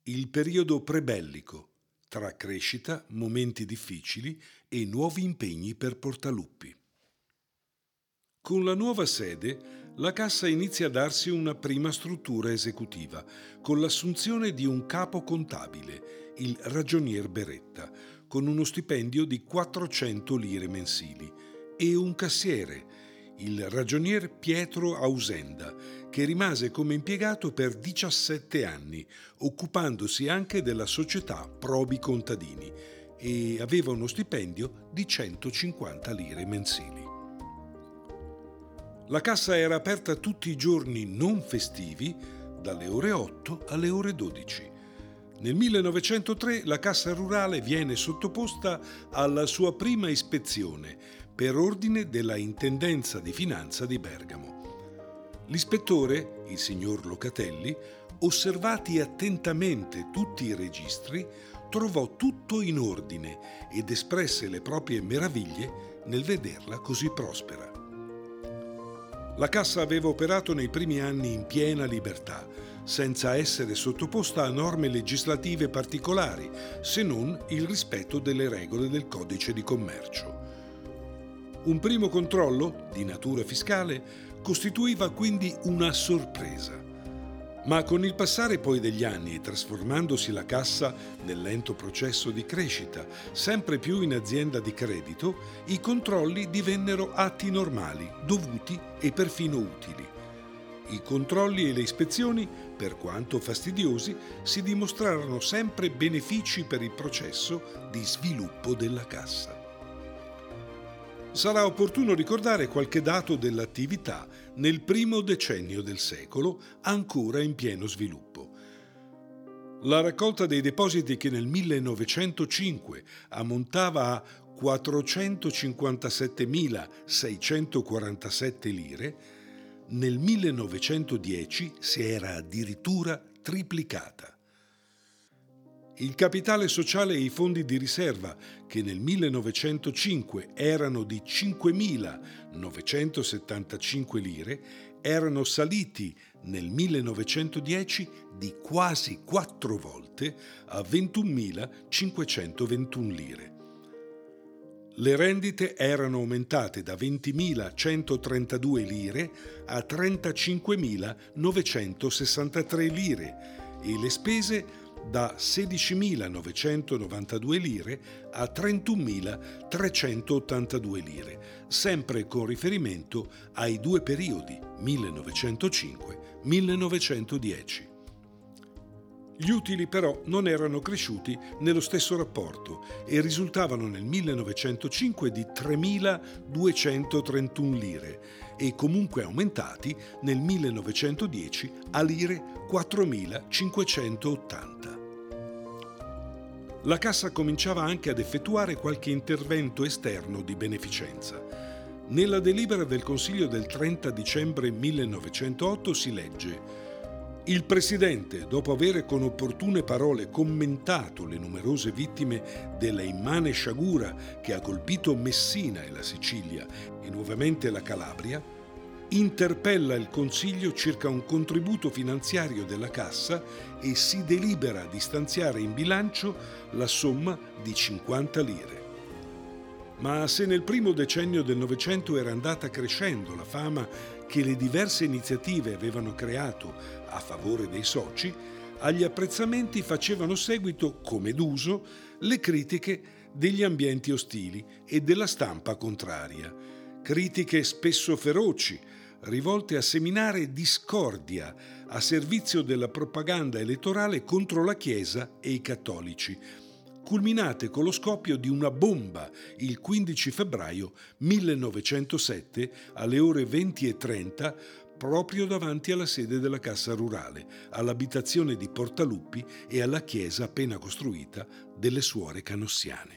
Il periodo prebellico, tra crescita, momenti difficili e nuovi impegni per Portaluppi. Con la nuova sede, la Cassa inizia a darsi una prima struttura esecutiva, con l'assunzione di un capo contabile, il ragionier Beretta, con uno stipendio di 400 lire mensili, e un cassiere, il ragionier Pietro Ausenda, che rimase come impiegato per 17 anni, occupandosi anche della società Probi Contadini, e aveva uno stipendio di 150 lire mensili. La cassa era aperta tutti i giorni non festivi, dalle ore 8 alle ore 12. Nel 1903 la Cassa Rurale viene sottoposta alla sua prima ispezione per ordine della Intendenza di Finanza di Bergamo. L'ispettore, il signor Locatelli, osservati attentamente tutti i registri, trovò tutto in ordine ed espresse le proprie meraviglie nel vederla così prospera. La Cassa aveva operato nei primi anni in piena libertà, senza essere sottoposta a norme legislative particolari, se non il rispetto delle regole del Codice di Commercio. Un primo controllo, di natura fiscale, costituiva quindi una sorpresa. Ma con il passare poi degli anni e trasformandosi la Cassa nel lento processo di crescita, sempre più in azienda di credito, i controlli divennero atti normali, dovuti e perfino utili. I controlli e le ispezioni, per quanto fastidiosi, si dimostrarono sempre benefici per il processo di sviluppo della Cassa. Sarà opportuno ricordare qualche dato dell'attività nel primo decennio del secolo, ancora in pieno sviluppo. La raccolta dei depositi, che nel 1905 ammontava a 457.647 lire, nel 1910 si era addirittura triplicata. Il capitale sociale e i fondi di riserva, che nel 1905 erano di 5.975 lire, erano saliti nel 1910 di quasi 4 volte a 21.521 lire. Le rendite erano aumentate da 20.132 lire a 35.963 lire e le spese da 16.992 lire a 31.382 lire, sempre con riferimento ai due periodi 1905-1910. Gli utili però non erano cresciuti nello stesso rapporto e risultavano nel 1905 di 3.231 lire e comunque aumentati nel 1910 a lire 4.580. La Cassa cominciava anche ad effettuare qualche intervento esterno di beneficenza. Nella delibera del Consiglio del 30 dicembre 1908 si legge: il Presidente, dopo avere con opportune parole commentato le numerose vittime della immane sciagura che ha colpito Messina e la Sicilia e nuovamente la Calabria, interpella il Consiglio circa un contributo finanziario della Cassa e si delibera di stanziare in bilancio la somma di 50 lire. Ma se nel primo decennio del Novecento era andata crescendo la fama che le diverse iniziative avevano creato a favore dei soci, agli apprezzamenti facevano seguito, come d'uso, le critiche degli ambienti ostili e della stampa contraria. Critiche spesso feroci, rivolte a seminare discordia a servizio della propaganda elettorale contro la Chiesa e i cattolici, culminate con lo scoppio di una bomba il 15 febbraio 1907 alle ore 20:30 proprio davanti alla sede della Cassa Rurale, all'abitazione di Portaluppi e alla chiesa appena costruita delle Suore Canossiane.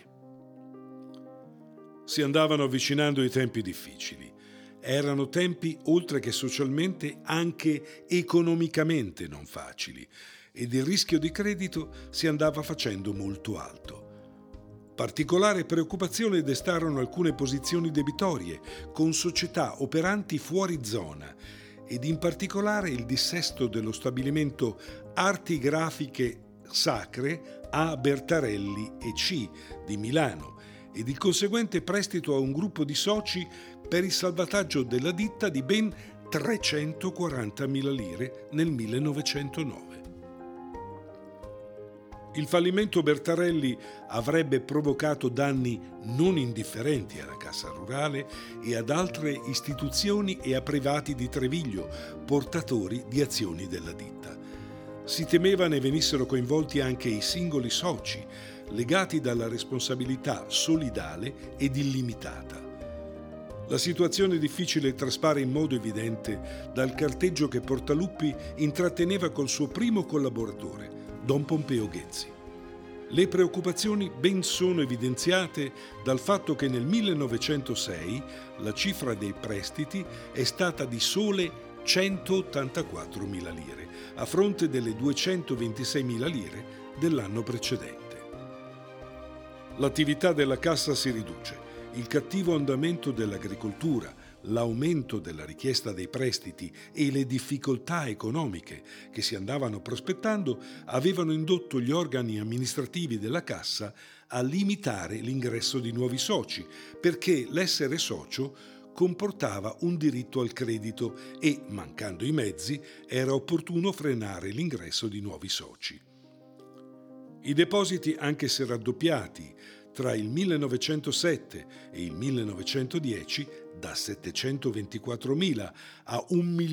Si andavano avvicinando i tempi difficili. Erano tempi, oltre che socialmente, anche economicamente non facili, ed il rischio di credito si andava facendo molto alto. Particolare preoccupazione destarono alcune posizioni debitorie con società operanti fuori zona ed in particolare il dissesto dello stabilimento Arti Grafiche Sacre A. Bertarelli e C. di Milano ed il conseguente prestito a un gruppo di soci per il salvataggio della ditta di ben 340.000 lire nel 1909. Il fallimento Bertarelli avrebbe provocato danni non indifferenti alla Cassa Rurale e ad altre istituzioni e a privati di Treviglio, portatori di azioni della ditta. Si temeva ne venissero coinvolti anche i singoli soci, legati dalla responsabilità solidale ed illimitata. La situazione difficile traspare in modo evidente dal carteggio che Portaluppi intratteneva col suo primo collaboratore, Don Pompeo Ghezzi. Le preoccupazioni ben sono evidenziate dal fatto che nel 1906 la cifra dei prestiti è stata di sole 184.000 lire, a fronte delle 226.000 lire dell'anno precedente. L'attività della Cassa si riduce. Il cattivo andamento dell'agricoltura, l'aumento della richiesta dei prestiti e le difficoltà economiche che si andavano prospettando avevano indotto gli organi amministrativi della Cassa a limitare l'ingresso di nuovi soci, perché l'essere socio comportava un diritto al credito e, mancando i mezzi, era opportuno frenare l'ingresso di nuovi soci. I depositi, anche se raddoppiati, tra il 1907 e il 1910 da 724.000 a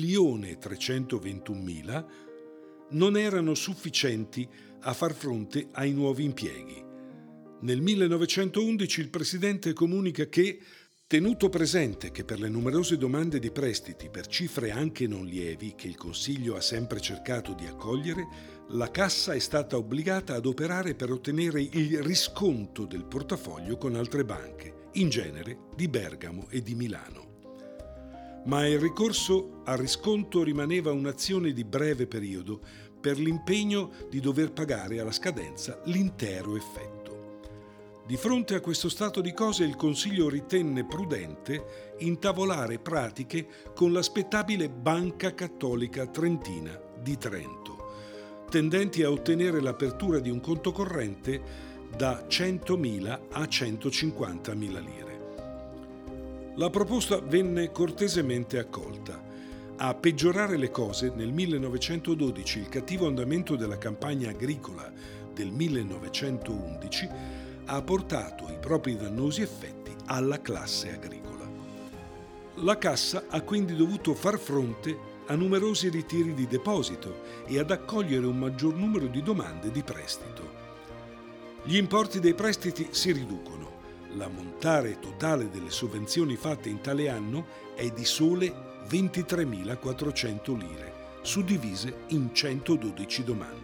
1.321.000 non erano sufficienti a far fronte ai nuovi impieghi. Nel 1911 il presidente comunica che, tenuto presente che per le numerose domande di prestiti per cifre anche non lievi che il Consiglio ha sempre cercato di accogliere, la Cassa è stata obbligata ad operare per ottenere il risconto del portafoglio con altre banche, in genere di Bergamo e di Milano. Ma il ricorso al risconto rimaneva un'azione di breve periodo per l'impegno di dover pagare alla scadenza l'intero effetto. Di fronte a questo stato di cose il Consiglio ritenne prudente intavolare pratiche con l'aspettabile Banca Cattolica Trentina di Trento, tendenti a ottenere l'apertura di un conto corrente da 100.000 a 150.000 lire. La proposta venne cortesemente accolta. A peggiorare le cose, nel 1912 il cattivo andamento della campagna agricola del 1911 ha portato i propri dannosi effetti alla classe agricola. La Cassa ha quindi dovuto far fronte a numerosi ritiri di deposito e ad accogliere un maggior numero di domande di prestito. Gli importi dei prestiti si riducono. L'ammontare totale delle sovvenzioni fatte in tale anno è di sole 23.400 lire, suddivise in 112 domande.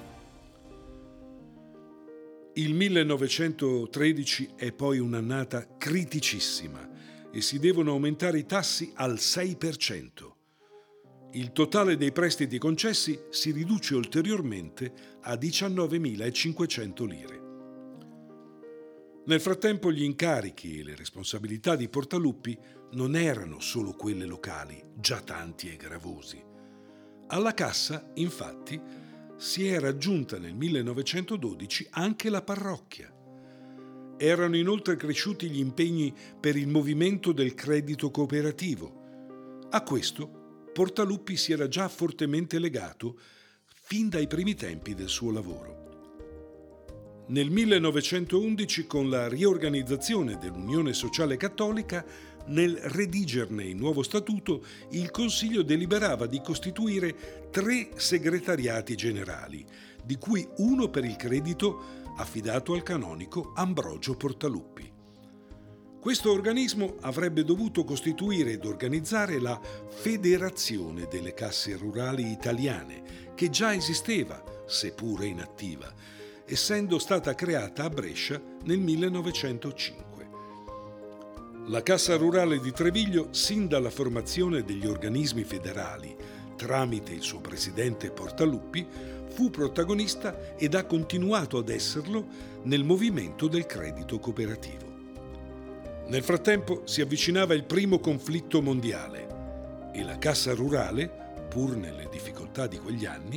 Il 1913 è poi un'annata criticissima e si devono aumentare i tassi al 6%. Il totale dei prestiti concessi si riduce ulteriormente a 19.500 lire. Nel frattempo gli incarichi e le responsabilità di Portaluppi non erano solo quelle locali, già tanti e gravosi. Alla Cassa, infatti, si era aggiunta nel 1912 anche la parrocchia. Erano inoltre cresciuti gli impegni per il movimento del credito cooperativo. A questo Portaluppi si era già fortemente legato fin dai primi tempi del suo lavoro. Nel 1911, con la riorganizzazione dell'Unione Sociale Cattolica, nel redigerne il nuovo statuto, il Consiglio deliberava di costituire 3 segretariati generali, di cui uno per il credito affidato al canonico Ambrogio Portaluppi. Questo organismo avrebbe dovuto costituire ed organizzare la Federazione delle Casse Rurali Italiane, che già esisteva, seppure inattiva, essendo stata creata a Brescia nel 1905. La Cassa Rurale di Treviglio, sin dalla formazione degli organismi federali, tramite il suo presidente Portaluppi, fu protagonista ed ha continuato ad esserlo nel movimento del credito cooperativo. Nel frattempo si avvicinava il primo conflitto mondiale e la Cassa Rurale, pur nelle difficoltà di quegli anni,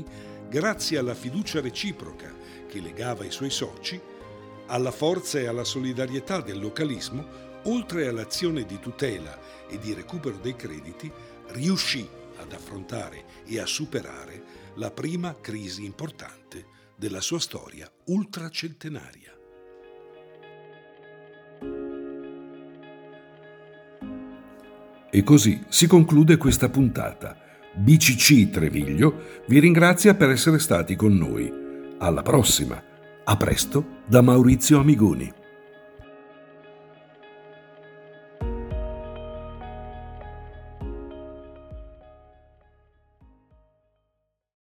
grazie alla fiducia reciproca che legava i suoi soci, alla forza e alla solidarietà del localismo, oltre all'azione di tutela e di recupero dei crediti, riuscì ad affrontare e a superare la prima crisi importante della sua storia ultracentenaria. E così si conclude questa puntata. BCC Treviglio vi ringrazia per essere stati con noi. Alla prossima. A presto da Maurizio Amigoni.